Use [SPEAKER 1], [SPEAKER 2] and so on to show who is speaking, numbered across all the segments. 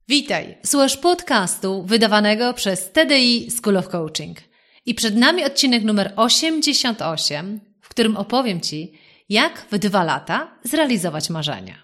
[SPEAKER 1] Witaj, słuchasz podcastu wydawanego przez TDI School of Coaching. I przed nami odcinek numer 88, w którym opowiem Ci, jak w 2 lata zrealizować marzenia.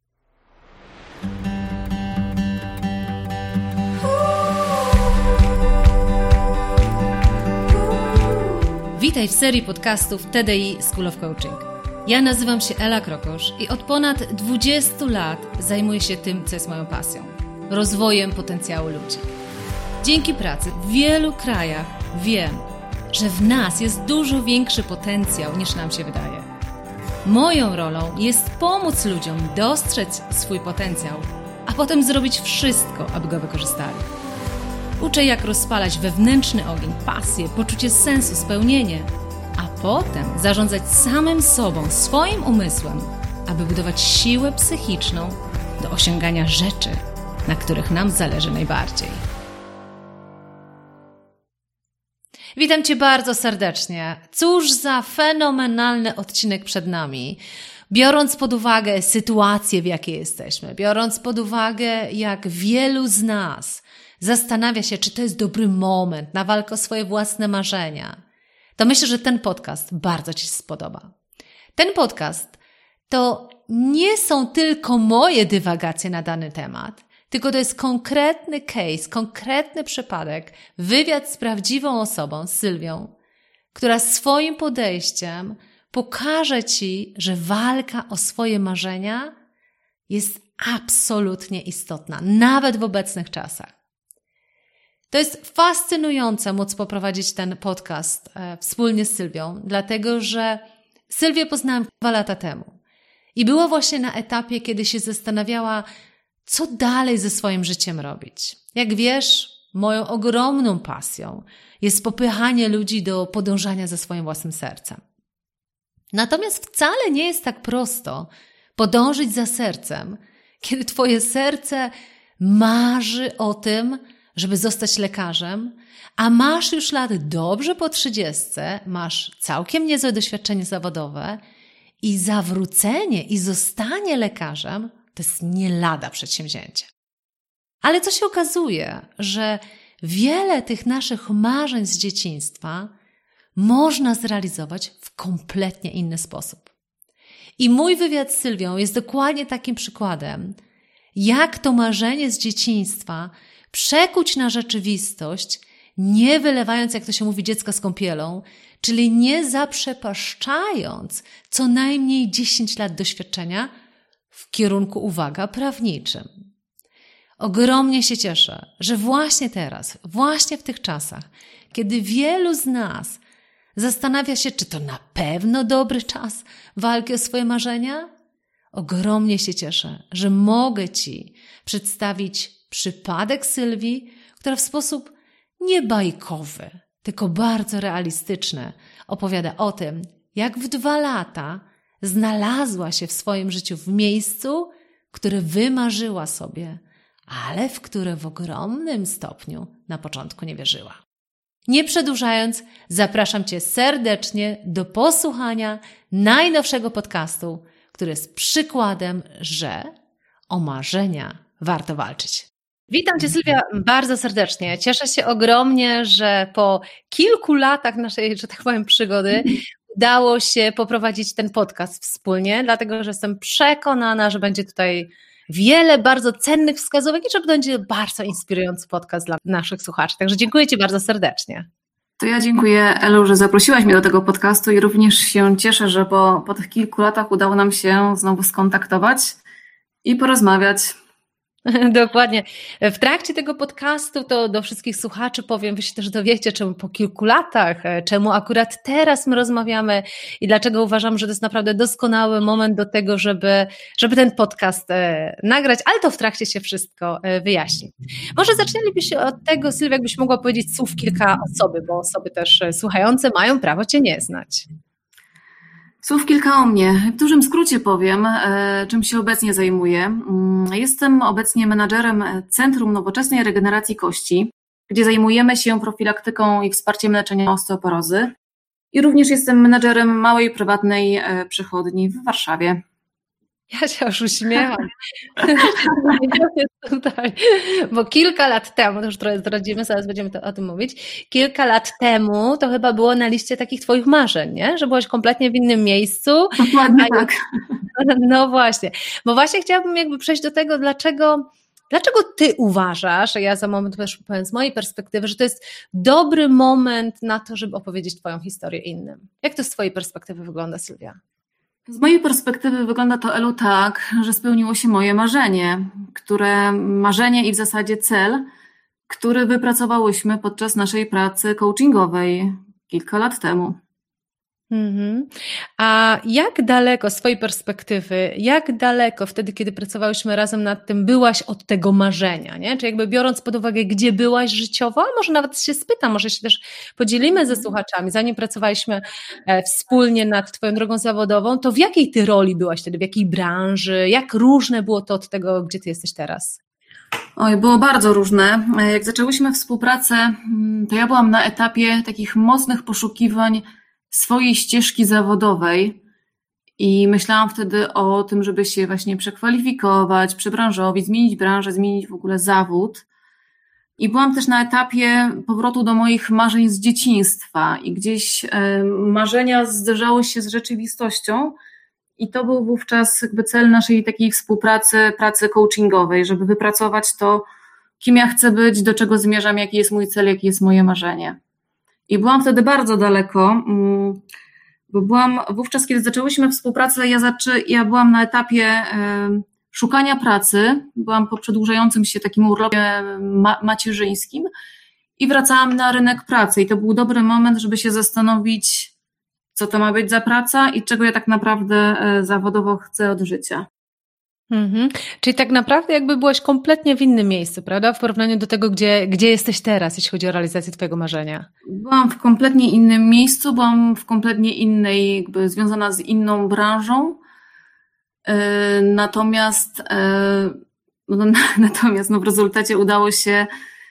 [SPEAKER 1] Witaj w serii podcastów TDI School of Coaching. Ja nazywam się Ela Krokosz i od ponad 20 lat zajmuję się tym, co jest moją pasją. Rozwojem potencjału ludzi. Dzięki pracy w wielu krajach wiem, że w nas jest dużo większy potencjał niż nam się wydaje. Moją rolą jest pomóc ludziom dostrzec swój potencjał, a potem zrobić wszystko, aby go wykorzystali. Uczę, jak rozpalać wewnętrzny ogień, pasję, poczucie sensu, spełnienie, a potem zarządzać samym sobą, swoim umysłem, aby budować siłę psychiczną do osiągania rzeczy, na których nam zależy najbardziej. Witam Cię bardzo serdecznie. Cóż za fenomenalny odcinek przed nami. Biorąc pod uwagę sytuację, w jakiej jesteśmy, biorąc pod uwagę, jak wielu z nas zastanawia się, czy to jest dobry moment na walkę o swoje własne marzenia, to myślę, że ten podcast bardzo Ci się spodoba. Ten podcast to nie są tylko moje dywagacje na dany temat, tylko to jest konkretny case, konkretny przypadek, wywiad z prawdziwą osobą, z Sylwią, która swoim podejściem pokaże Ci, że walka o swoje marzenia jest absolutnie istotna, nawet w obecnych czasach. To jest fascynujące móc poprowadzić ten podcast wspólnie z Sylwią, dlatego że Sylwię poznałam 2 lata temu i była właśnie na etapie, kiedy się zastanawiała, co dalej ze swoim życiem robić. Jak wiesz, moją ogromną pasją jest popychanie ludzi do podążania za swoim własnym sercem. Natomiast wcale nie jest tak prosto podążyć za sercem, kiedy Twoje serce marzy o tym, żeby zostać lekarzem, a masz już lat dobrze po 30, masz całkiem niezłe doświadczenie zawodowe i zawrócenie i zostanie lekarzem to jest nie lada przedsięwzięcie. Ale co się okazuje, że wiele tych naszych marzeń z dzieciństwa można zrealizować w kompletnie inny sposób. I mój wywiad z Sylwią jest dokładnie takim przykładem, jak to marzenie z dzieciństwa przekuć na rzeczywistość, nie wylewając, jak to się mówi, dziecka z kąpielą, czyli nie zaprzepaszczając co najmniej 10 lat doświadczenia w kierunku, uwaga, prawniczym. Ogromnie się cieszę, że właśnie teraz, właśnie w tych czasach, kiedy wielu z nas zastanawia się, czy to na pewno dobry czas walki o swoje marzenia, ogromnie się cieszę, że mogę Ci przedstawić przypadek Sylwii, która w sposób nie bajkowy, tylko bardzo realistyczny opowiada o tym, jak w 2 lata znalazła się w swoim życiu w miejscu, które wymarzyła sobie, ale w które w ogromnym stopniu na początku nie wierzyła. Nie przedłużając, zapraszam Cię serdecznie do posłuchania najnowszego podcastu, który jest przykładem, że o marzenia warto walczyć. Witam Cię, Sylwia, bardzo serdecznie. Cieszę się ogromnie, że po kilku latach naszej, że tak powiem, przygody udało się poprowadzić ten podcast wspólnie, dlatego że jestem przekonana, że będzie tutaj wiele bardzo cennych wskazówek i że będzie bardzo inspirujący podcast dla naszych słuchaczy. Także dziękuję Ci bardzo serdecznie.
[SPEAKER 2] To ja dziękuję, Elu, że zaprosiłaś mnie do tego podcastu i również się cieszę, że po tych kilku latach udało nam się znowu skontaktować i porozmawiać.
[SPEAKER 1] Dokładnie. W trakcie tego podcastu to do wszystkich słuchaczy powiem, wy się też dowiecie, czemu po kilku latach, czemu akurat teraz my rozmawiamy i dlaczego uważam, że to jest naprawdę doskonały moment do tego, żeby ten podcast nagrać, ale to w trakcie się wszystko wyjaśni. Może zaczęlibyśmy od tego, Sylwia, jakbyś mogła powiedzieć słów kilka osoby, bo osoby też słuchające mają prawo Cię nie znać.
[SPEAKER 2] Słów kilka o mnie. W dużym skrócie powiem, czym się obecnie zajmuję. Jestem obecnie menadżerem Centrum Nowoczesnej Regeneracji Kości, gdzie zajmujemy się profilaktyką i wsparciem leczenia osteoporozy. I również jestem menadżerem małej, prywatnej przychodni w Warszawie.
[SPEAKER 1] Ja się już uśmiecham. Tutaj, bo kilka lat temu, to już trochę zdradzimy, zaraz będziemy o tym mówić, kilka lat temu to chyba było na liście takich twoich marzeń, nie? Że byłaś kompletnie w innym miejscu.
[SPEAKER 2] Dokładnie tak.
[SPEAKER 1] No właśnie, bo właśnie chciałabym jakby przejść do tego, dlaczego ty uważasz, a ja za moment też powiem z mojej perspektywy, że to jest dobry moment na to, żeby opowiedzieć twoją historię innym. Jak to z twojej perspektywy wygląda, Sylwia?
[SPEAKER 2] Z mojej perspektywy wygląda to, Elu, tak, że spełniło się moje marzenie i w zasadzie cel, który wypracowałyśmy podczas naszej pracy coachingowej kilka lat temu.
[SPEAKER 1] A jak daleko z twojej perspektywy, jak daleko wtedy, kiedy pracowałyśmy razem nad tym, byłaś od tego marzenia, nie? Czy jakby biorąc pod uwagę, gdzie byłaś życiowo, a może nawet się spytam, może się też podzielimy ze słuchaczami, zanim pracowaliśmy wspólnie nad twoją drogą zawodową, to w jakiej ty roli byłaś wtedy, w jakiej branży, jak różne było to od tego, gdzie ty jesteś teraz?
[SPEAKER 2] Oj, było bardzo różne. Jak zaczęłyśmy współpracę, to ja byłam na etapie takich mocnych poszukiwań swojej ścieżki zawodowej i myślałam wtedy o tym, żeby się właśnie przekwalifikować, przebranżowić, zmienić branżę, zmienić w ogóle zawód. I byłam też na etapie powrotu do moich marzeń z dzieciństwa i gdzieś marzenia zderzały się z rzeczywistością i to był wówczas jakby cel naszej takiej współpracy, pracy coachingowej, żeby wypracować to, kim ja chcę być, do czego zmierzam, jaki jest mój cel, jakie jest moje marzenie. I byłam wtedy bardzo daleko, bo byłam wówczas, kiedy zaczęłyśmy współpracę, ja byłam na etapie szukania pracy, byłam po przedłużającym się takim urlopie macierzyńskim i wracałam na rynek pracy i to był dobry moment, żeby się zastanowić, co to ma być za praca i czego ja tak naprawdę zawodowo chcę od życia.
[SPEAKER 1] Czyli tak naprawdę jakby byłaś kompletnie w innym miejscu, prawda? W porównaniu do tego, gdzie jesteś teraz, jeśli chodzi o realizację twojego marzenia.
[SPEAKER 2] Byłam w kompletnie innym miejscu, byłam w kompletnie innej, jakby związana z inną branżą. Natomiast w rezultacie udało się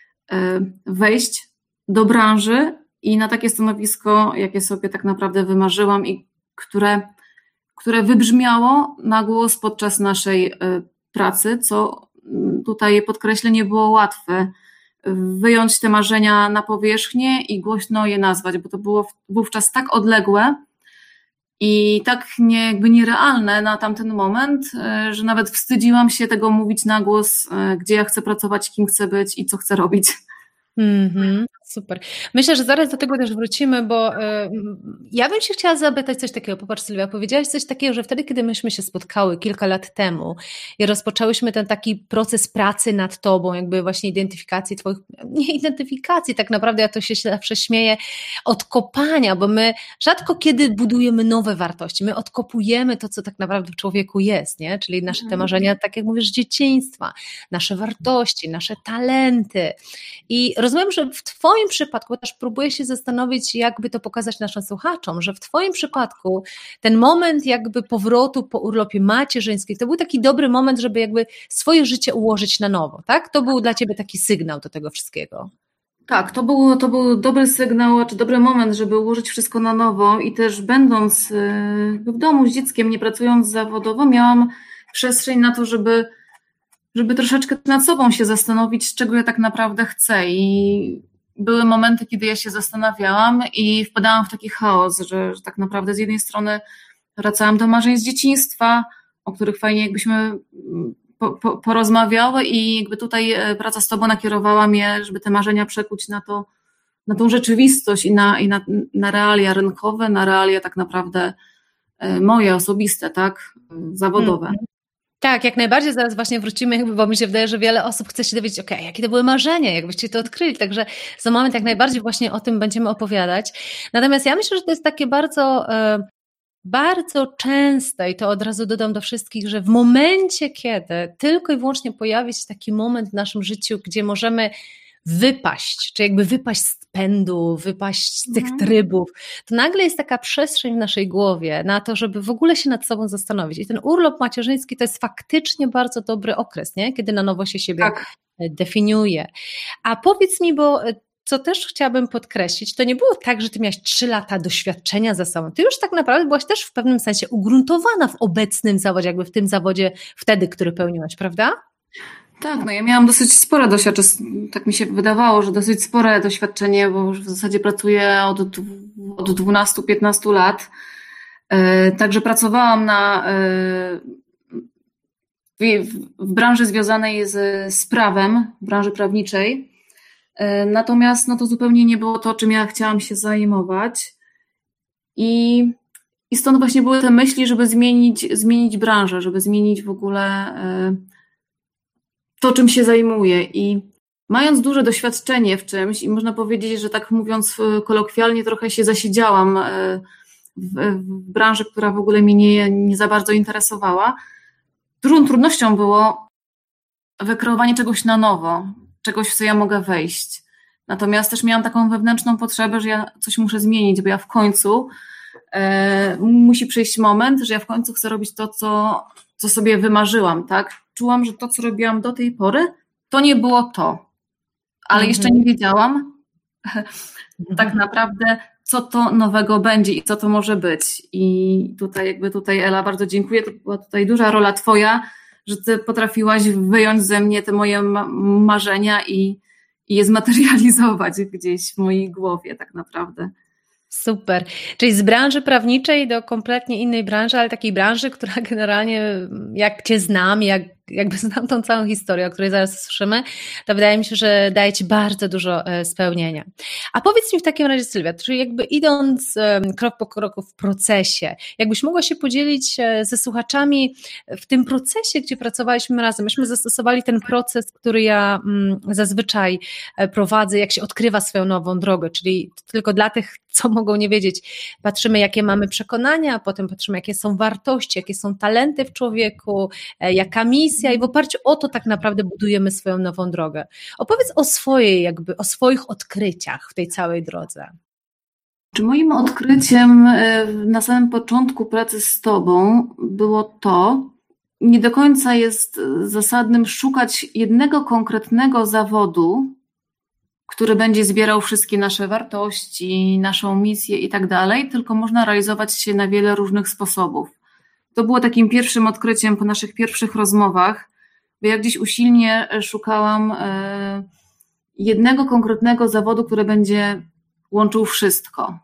[SPEAKER 2] wejść do branży i na takie stanowisko, jakie sobie tak naprawdę wymarzyłam i które wybrzmiało na głos podczas naszej pracy, co tutaj podkreślę nie było łatwe. Wyjąć te marzenia na powierzchnię i głośno je nazwać, bo to było wówczas tak odległe i tak nierealne na tamten moment, że nawet wstydziłam się tego mówić na głos, gdzie ja chcę pracować, kim chcę być i co chcę robić.
[SPEAKER 1] Super. Myślę, że zaraz do tego też wrócimy, bo ja bym się chciała zapytać coś takiego. Popatrz, Sylwia, powiedziałaś coś takiego, że wtedy, kiedy myśmy się spotkały kilka lat temu i rozpoczęłyśmy ten taki proces pracy nad tobą, jakby właśnie identyfikacji twoich, nie identyfikacji, tak naprawdę ja to się zawsze śmieję, odkopania, bo my rzadko kiedy budujemy nowe wartości, my odkopujemy to, co tak naprawdę w człowieku jest, nie? Czyli nasze te marzenia, tak jak mówisz, z dzieciństwa, nasze wartości, nasze talenty i rozumiem, że w twoim przypadku, też próbuję się zastanowić, jakby to pokazać naszym słuchaczom, że w twoim przypadku ten moment jakby powrotu po urlopie macierzyńskim, to był taki dobry moment, żeby jakby swoje życie ułożyć na nowo, tak? To był dla ciebie taki sygnał do tego wszystkiego.
[SPEAKER 2] Tak, to był dobry sygnał, czy dobry moment, żeby ułożyć wszystko na nowo i też będąc w domu z dzieckiem, nie pracując zawodowo, miałam przestrzeń na to, żeby troszeczkę nad sobą się zastanowić, czego ja tak naprawdę chcę i były momenty, kiedy ja się zastanawiałam i wpadałam w taki chaos, że tak naprawdę z jednej strony wracałam do marzeń z dzieciństwa, o których fajnie jakbyśmy porozmawiały i jakby tutaj praca z tobą nakierowała mnie, żeby te marzenia przekuć na tą rzeczywistość i na realia rynkowe, na realia tak naprawdę moje osobiste, tak, zawodowe.
[SPEAKER 1] Tak, jak najbardziej, zaraz właśnie wrócimy, bo mi się wydaje, że wiele osób chce się dowiedzieć, jakie to były marzenia, jakbyście to odkryli, także za moment jak najbardziej właśnie o tym będziemy opowiadać. Natomiast ja myślę, że to jest takie bardzo, bardzo częste i to od razu dodam do wszystkich, że w momencie, kiedy tylko i wyłącznie pojawi się taki moment w naszym życiu, gdzie możemy wypaść, czy jakby wypaść z pędu, wypaść z tych trybów, to nagle jest taka przestrzeń w naszej głowie na to, żeby w ogóle się nad sobą zastanowić. I ten urlop macierzyński to jest faktycznie bardzo dobry okres, nie? Kiedy na nowo się siebie definiuje. A powiedz mi, bo co też chciałabym podkreślić, to nie było tak, że ty miałaś 3 lata doświadczenia za sobą. Ty już tak naprawdę byłaś też w pewnym sensie ugruntowana w obecnym zawodzie, jakby w tym zawodzie wtedy, który pełniłaś, prawda?
[SPEAKER 2] Tak, no ja miałam dosyć spore doświadczenie, tak mi się wydawało, że dosyć spore doświadczenie, bo już w zasadzie pracuję od 12-15 lat. Także pracowałam w branży związanej z prawem, w branży prawniczej. Natomiast no to zupełnie nie było to, czym ja chciałam się zajmować. I stąd właśnie były te myśli, żeby zmienić branżę, żeby zmienić w ogóle to, czym się zajmuję. I mając duże doświadczenie w czymś, i można powiedzieć, że tak mówiąc kolokwialnie, trochę się zasiedziałam w branży, która w ogóle mnie nie za bardzo interesowała. Dużą trudnością było wykreowanie czegoś na nowo, czegoś, w co ja mogę wejść. Natomiast też miałam taką wewnętrzną potrzebę, że ja coś muszę zmienić, bo ja w końcu musi przyjść moment, że ja w końcu chcę robić to, co sobie wymarzyłam, tak? Czułam, że to, co robiłam do tej pory, to nie było to. Ale jeszcze nie wiedziałam tak naprawdę, co to nowego będzie i co to może być. I tutaj Ela, bardzo dziękuję. To była tutaj duża rola twoja, że ty potrafiłaś wyjąć ze mnie te moje marzenia i je zmaterializować gdzieś w mojej głowie tak naprawdę.
[SPEAKER 1] Super. Czyli z branży prawniczej do kompletnie innej branży, ale takiej branży, która generalnie, jak cię znam, jakby znam tą całą historię, o której zaraz słyszymy, to wydaje mi się, że daje ci bardzo dużo spełnienia. A powiedz mi w takim razie, Sylwia, czyli jakby idąc krok po kroku w procesie, jakbyś mogła się podzielić ze słuchaczami w tym procesie, gdzie pracowaliśmy razem. Myśmy zastosowali ten proces, który ja zazwyczaj prowadzę, jak się odkrywa swoją nową drogę, czyli tylko dla tych, co mogą nie wiedzieć, patrzymy, jakie mamy przekonania, a potem patrzymy, jakie są wartości, jakie są talenty w człowieku, jaka misja i w oparciu o to tak naprawdę budujemy swoją nową drogę. Opowiedz o swoich odkryciach w tej całej drodze.
[SPEAKER 2] Czy moim odkryciem na samym początku pracy z tobą było to, nie do końca jest zasadnym szukać jednego konkretnego zawodu, który będzie zbierał wszystkie nasze wartości, naszą misję i tak dalej, tylko można realizować się na wiele różnych sposobów. To było takim pierwszym odkryciem po naszych pierwszych rozmowach, bo ja gdzieś usilnie szukałam jednego konkretnego zawodu, który będzie łączył wszystko.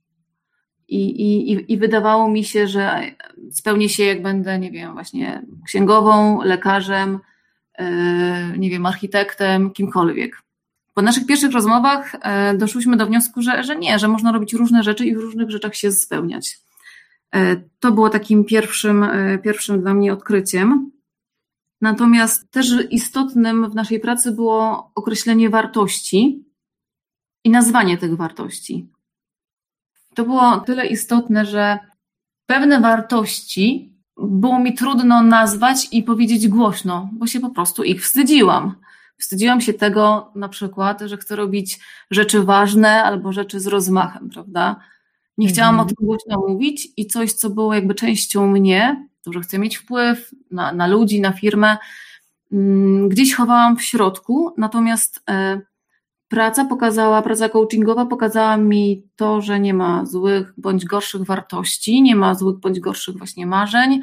[SPEAKER 2] I wydawało mi się, że spełnię się, jak będę, nie wiem, właśnie księgową, lekarzem, nie wiem, architektem, kimkolwiek. Po naszych pierwszych rozmowach doszłyśmy do wniosku, że nie, że można robić różne rzeczy i w różnych rzeczach się spełniać. To było takim pierwszym dla mnie odkryciem. Natomiast też istotnym w naszej pracy było określenie wartości i nazwanie tych wartości. To było tyle istotne, że pewne wartości było mi trudno nazwać i powiedzieć głośno, bo się po prostu ich wstydziłam. Wstydziłam się tego na przykład, że chcę robić rzeczy ważne albo rzeczy z rozmachem, prawda? Nie chciałam o tym głośno mówić i coś, co było jakby częścią mnie, to, że chcę mieć wpływ na ludzi, na firmę, gdzieś chowałam w środku, natomiast praca coachingowa pokazała mi to, że nie ma złych bądź gorszych wartości, nie ma złych bądź gorszych właśnie marzeń,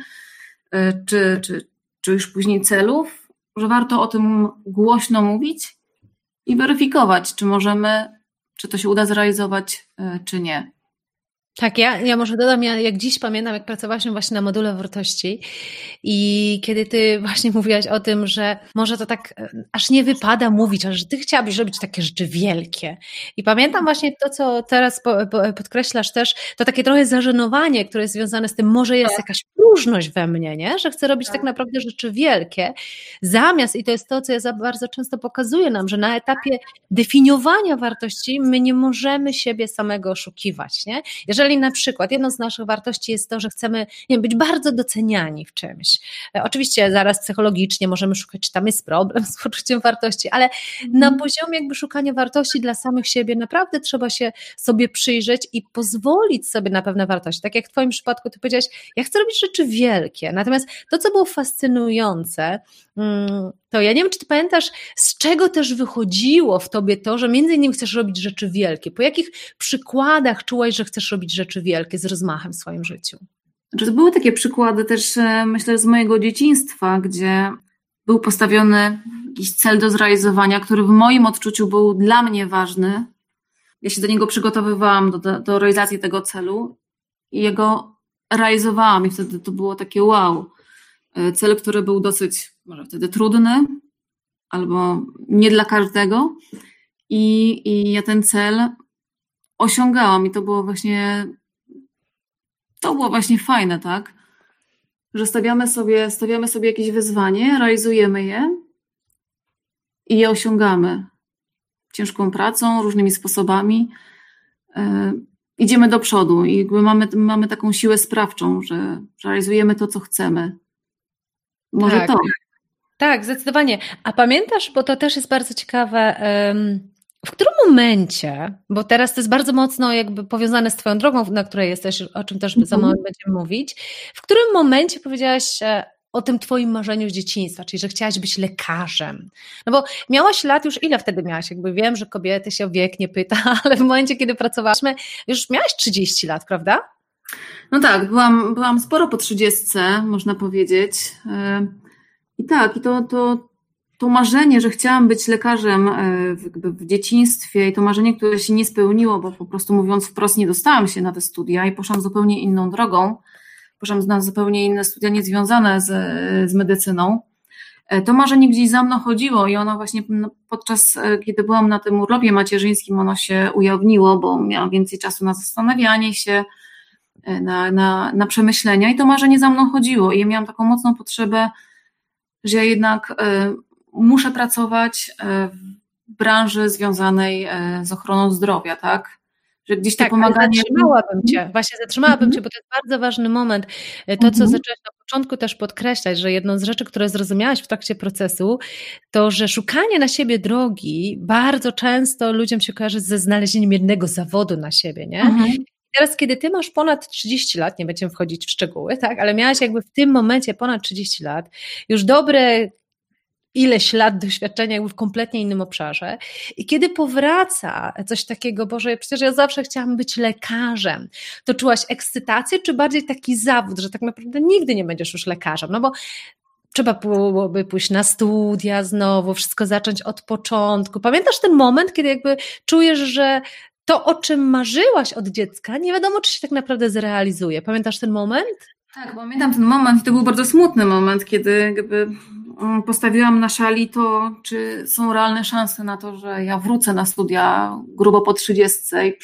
[SPEAKER 2] czy już później celów, że warto o tym głośno mówić i weryfikować, czy to się uda zrealizować, czy nie.
[SPEAKER 1] Tak, ja może dodam, jak dziś pamiętam, jak pracowałyśmy właśnie na module wartości i kiedy ty właśnie mówiłaś o tym, że może to tak aż nie wypada mówić, ale że ty chciałabyś robić takie rzeczy wielkie. I pamiętam właśnie to, co teraz podkreślasz też, to takie trochę zażenowanie, które jest związane z tym, może jest jakaś próżność we mnie, nie? Że chcę robić tak naprawdę rzeczy wielkie, zamiast, i to jest to, co ja bardzo często pokazuję nam, że na etapie definiowania wartości my nie możemy siebie samego oszukiwać, nie? Jeżeli na przykład jedną z naszych wartości jest to, że chcemy, nie wiem, być bardzo doceniani w czymś. Oczywiście zaraz psychologicznie możemy szukać, czy tam jest problem z poczuciem wartości, ale na poziomie jakby szukania wartości dla samych siebie naprawdę trzeba się sobie przyjrzeć i pozwolić sobie na pewne wartości. Tak jak w twoim przypadku ty powiedziałaś, ja chcę robić rzeczy wielkie. Natomiast to, co było fascynujące, to ja nie wiem, czy ty pamiętasz, z czego też wychodziło w tobie to, że między innymi chcesz robić rzeczy wielkie. Po jakich przykładach czułaś, że chcesz robić rzeczy wielkie z rozmachem w swoim życiu?
[SPEAKER 2] Znaczy, były takie przykłady też, myślę, z mojego dzieciństwa, gdzie był postawiony jakiś cel do zrealizowania, który w moim odczuciu był dla mnie ważny. Ja się do niego przygotowywałam, do realizacji tego celu i jego realizowałam i wtedy to było takie wow. Cel, który był dosyć może wtedy trudny albo nie dla każdego i ja ten cel osiągałam i to było właśnie fajne, tak? Że stawiamy sobie jakieś wyzwanie, realizujemy je i je osiągamy. Ciężką pracą, różnymi sposobami. Idziemy do przodu i jakby mamy taką siłę sprawczą, że realizujemy to, co chcemy. Może
[SPEAKER 1] tak,
[SPEAKER 2] to.
[SPEAKER 1] Tak, zdecydowanie. A pamiętasz, bo to też jest bardzo ciekawe, w którym momencie, bo teraz to jest bardzo mocno jakby powiązane z twoją drogą, na której jesteś, o czym też za moment będziemy mówić, w którym momencie powiedziałaś o tym twoim marzeniu z dzieciństwa, czyli że chciałaś być lekarzem. No bo miałaś lat już, ile wtedy miałaś? Jakby wiem, że kobiety się o wiek nie pyta, ale w momencie, kiedy pracowałyśmy, już miałaś 30 lat, prawda?
[SPEAKER 2] No tak, byłam sporo po 30, można powiedzieć. I tak, i to marzenie, że chciałam być lekarzem w dzieciństwie i to marzenie, które się nie spełniło, bo po prostu mówiąc wprost nie dostałam się na te studia i poszłam zupełnie inną drogą. Poszłam na zupełnie inne studia niezwiązane z medycyną. To marzenie gdzieś za mną chodziło i ono właśnie podczas, kiedy byłam na tym urlopie macierzyńskim, ono się ujawniło, bo miałam więcej czasu na zastanawianie się, na przemyślenia i to marzenie za mną chodziło i ja miałam taką mocną potrzebę, że ja jednak muszę pracować w branży związanej z ochroną zdrowia, tak? Że gdzieś to pomaganie...
[SPEAKER 1] Zatrzymałabym cię, bo to jest bardzo ważny moment. To, co zaczęłaś na początku też podkreślać, że jedną z rzeczy, które zrozumiałaś w trakcie procesu, to, że szukanie na siebie drogi bardzo często ludziom się kojarzy ze znalezieniem jednego zawodu na siebie, nie? Teraz, kiedy ty masz ponad 30 lat, nie będziemy wchodzić w szczegóły, tak, ale miałaś jakby w tym momencie ponad 30 lat, już dobre ileś lat doświadczenia jakby w kompletnie innym obszarze i kiedy powraca coś takiego, Boże, przecież ja zawsze chciałam być lekarzem, to czułaś ekscytację, czy bardziej taki zawód, że tak naprawdę nigdy nie będziesz już lekarzem, no bo trzeba byłoby pójść na studia znowu, wszystko zacząć od początku. Pamiętasz ten moment, kiedy jakby czujesz, że to, o czym marzyłaś od dziecka, nie wiadomo, czy się tak naprawdę zrealizuje. Pamiętasz ten moment?
[SPEAKER 2] Tak, pamiętam ten moment i to był bardzo smutny moment, kiedy jakby postawiłam na szali to, czy są realne szanse na to, że ja wrócę na studia grubo po 30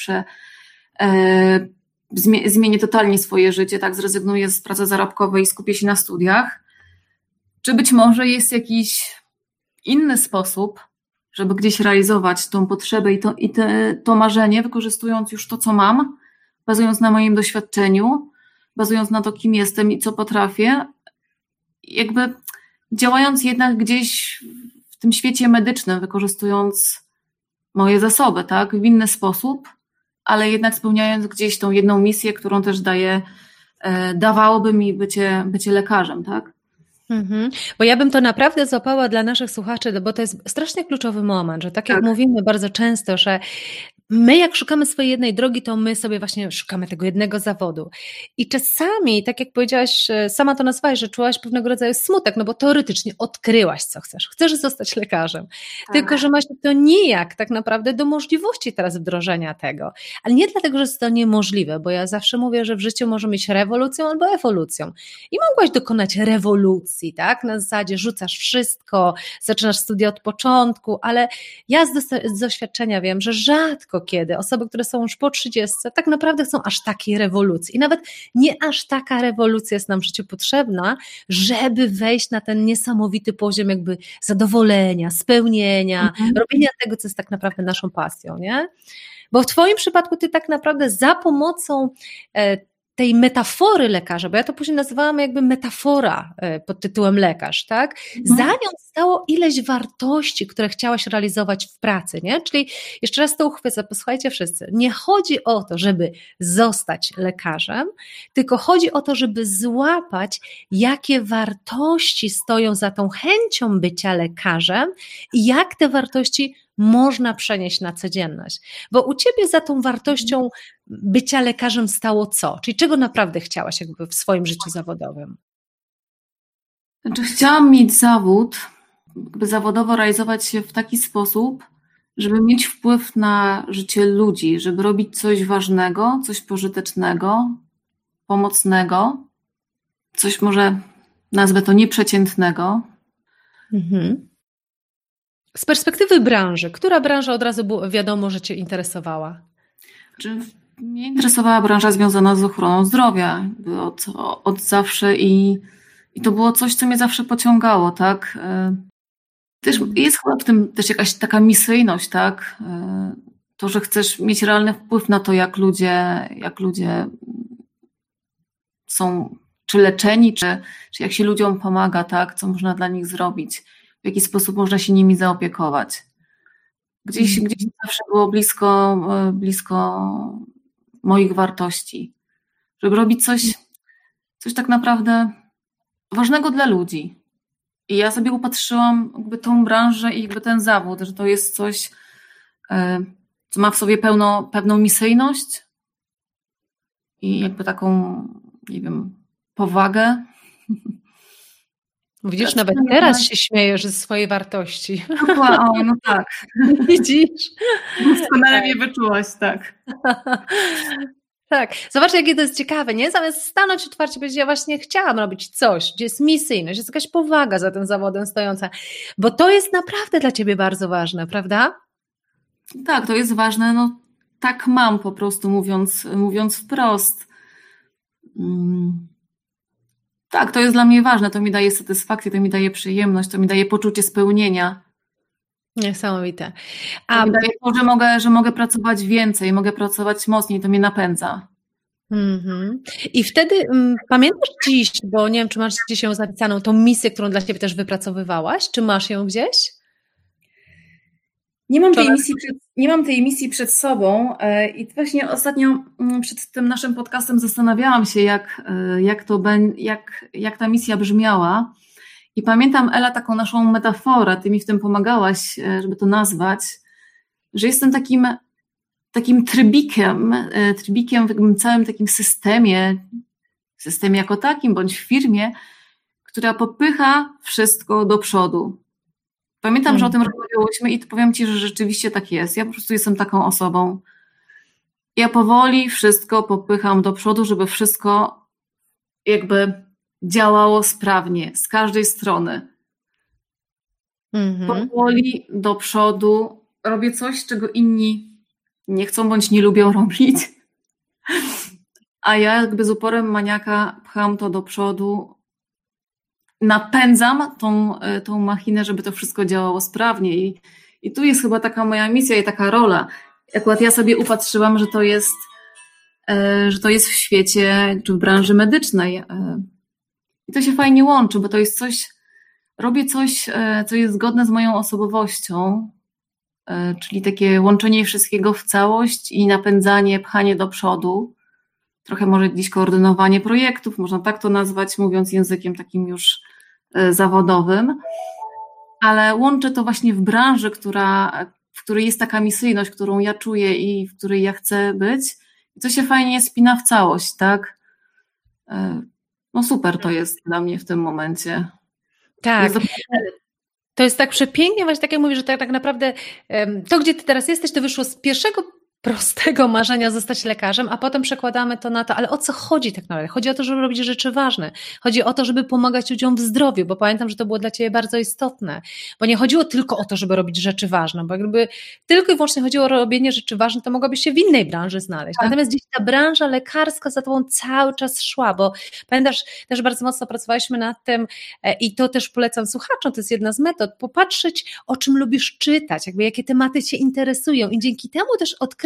[SPEAKER 2] i zmienię totalnie swoje życie, tak, zrezygnuję z pracy zarobkowej i skupię się na studiach. Czy być może jest jakiś inny sposób, żeby gdzieś realizować tą potrzebę i to marzenie, wykorzystując już to, co mam, bazując na moim doświadczeniu, bazując na to, kim jestem i co potrafię, jakby działając jednak gdzieś w tym świecie medycznym, wykorzystując moje zasoby, tak, w inny sposób, ale jednak spełniając gdzieś tą jedną misję, którą też dawałoby mi bycie lekarzem, tak?
[SPEAKER 1] Bo ja bym to naprawdę złapała dla naszych słuchaczy, bo to jest strasznie kluczowy moment, że tak jak mówimy bardzo często, że my jak szukamy swojej jednej drogi, to my sobie właśnie szukamy tego jednego zawodu. I czasami, tak jak powiedziałaś, sama to nazwałaś, że czułaś pewnego rodzaju smutek, no bo teoretycznie odkryłaś, co chcesz. Chcesz zostać lekarzem. Tak. Tylko, że masz to nijak tak naprawdę do możliwości teraz wdrożenia tego. Ale nie dlatego, że jest to niemożliwe, bo ja zawsze mówię, że w życiu może być rewolucją albo ewolucją. I mogłaś dokonać rewolucji, tak? Na zasadzie rzucasz wszystko, zaczynasz studia od początku, ale ja z doświadczenia wiem, że rzadko kiedy osoby, które są już po 30, tak naprawdę chcą aż takiej rewolucji. I nawet nie aż taka rewolucja jest nam w życiu potrzebna, żeby wejść na ten niesamowity poziom jakby zadowolenia, spełnienia, robienia tego, co jest tak naprawdę naszą pasją, nie? Bo w twoim przypadku ty tak naprawdę za pomocą tej metafory lekarza, bo ja to później nazywałam jakby metafora pod tytułem lekarz, tak? Za nią stało ileś wartości, które chciałaś realizować w pracy, nie? Czyli jeszcze raz to uchwycę, posłuchajcie wszyscy, nie chodzi o to, żeby zostać lekarzem, tylko chodzi o to, żeby złapać, jakie wartości stoją za tą chęcią bycia lekarzem i jak te wartości można przenieść na codzienność. Bo u ciebie za tą wartością bycia lekarzem stało co? Czyli czego naprawdę chciałaś jakby w swoim życiu zawodowym?
[SPEAKER 2] Znaczy, chciałam mieć zawód, jakby zawodowo realizować się w taki sposób, żeby mieć wpływ na życie ludzi, żeby robić coś ważnego, coś pożytecznego, pomocnego, coś może nazwę to nieprzeciętnego.
[SPEAKER 1] Z perspektywy branży, która branża od razu było wiadomo, że cię interesowała?
[SPEAKER 2] Mnie interesowała branża związana z ochroną zdrowia od zawsze i to było coś, co mnie zawsze pociągało, tak? Też jest chyba w tym też jakaś taka misyjność, tak? To, że chcesz mieć realny wpływ na to, jak ludzie są czy leczeni, czy jak się ludziom pomaga, tak? Co można dla nich zrobić, w jaki sposób można się nimi zaopiekować. Gdzieś zawsze było blisko moich wartości, żeby robić coś tak naprawdę ważnego dla ludzi. I ja sobie upatrzyłam jakby tą branżę i jakby ten zawód, że to jest coś, co ma w sobie pewną misyjność i jakby taką, nie wiem, powagę.
[SPEAKER 1] Widzisz, nawet teraz się śmiejesz ze swojej wartości.
[SPEAKER 2] No tak.
[SPEAKER 1] Widzisz?
[SPEAKER 2] Doskonale mnie wyczułaś, tak.
[SPEAKER 1] Tak, zobacz, jakie to jest ciekawe, nie? Zamiast stanąć otwarcie i powiedzieć, ja właśnie chciałam robić coś, gdzie jest misyjność, jest jakaś powaga za tym zawodem stojąca, bo to jest naprawdę dla ciebie bardzo ważne, prawda?
[SPEAKER 2] Tak, to jest ważne, no tak mam po prostu, mówiąc wprost. Tak, to jest dla mnie ważne, to mi daje satysfakcję, to mi daje przyjemność, to mi daje poczucie spełnienia.
[SPEAKER 1] Niesamowite.
[SPEAKER 2] To mi daje to, że mogę pracować więcej, mogę pracować mocniej, to mnie napędza.
[SPEAKER 1] I wtedy pamiętasz dziś, bo nie wiem, czy masz gdzieś ją zapisaną, tą misję, którą dla ciebie też wypracowywałaś, czy masz ją gdzieś?
[SPEAKER 2] Nie mam tej misji przed sobą i właśnie ostatnio przed tym naszym podcastem zastanawiałam się, jak ta misja brzmiała. I pamiętam, Ela, taką naszą metaforę, ty mi w tym pomagałaś, żeby to nazwać, że jestem takim trybikiem w całym takim systemie jako takim, bądź w firmie, która popycha wszystko do przodu. Pamiętam, że o tym rozmawiałyśmy i powiem ci, że rzeczywiście tak jest. Ja po prostu jestem taką osobą. Ja powoli wszystko popycham do przodu, żeby wszystko jakby działało sprawnie, z każdej strony. Powoli do przodu robię coś, czego inni nie chcą bądź nie lubią robić, a ja jakby z uporem maniaka pcham to do przodu, napędzam tą machinę, żeby to wszystko działało sprawnie i tu jest chyba taka moja misja i taka rola. Akurat ja sobie upatrzyłam, że to jest w świecie czy w branży medycznej. I to się fajnie łączy, bo to jest robię coś, co jest zgodne z moją osobowością, czyli takie łączenie wszystkiego w całość i napędzanie, pchanie do przodu. Trochę może gdzieś koordynowanie projektów, można tak to nazwać, mówiąc językiem takim już zawodowym, ale łączę to właśnie w branży, w której jest taka misyjność, którą ja czuję i w której ja chcę być. I to się fajnie spina w całość, tak? No super to jest dla mnie w tym momencie.
[SPEAKER 1] Tak. To jest tak przepięknie, właśnie tak jak mówisz, że tak naprawdę to, gdzie ty teraz jesteś, to wyszło z pierwszego prostego marzenia zostać lekarzem, a potem przekładamy to na to, ale o co chodzi tak naprawdę? Chodzi o to, żeby robić rzeczy ważne. Chodzi o to, żeby pomagać ludziom w zdrowiu, bo pamiętam, że to było dla ciebie bardzo istotne, bo nie chodziło tylko o to, żeby robić rzeczy ważne, bo jakby tylko i wyłącznie chodziło o robienie rzeczy ważne, to mogłabyś się w innej branży znaleźć. Natomiast gdzieś ta branża lekarska za tobą cały czas szła, bo pamiętasz, też bardzo mocno pracowaliśmy nad tym i to też polecam słuchaczom, to jest jedna z metod, popatrzeć, o czym lubisz czytać, jakby jakie tematy cię interesują i dzięki temu też odkryć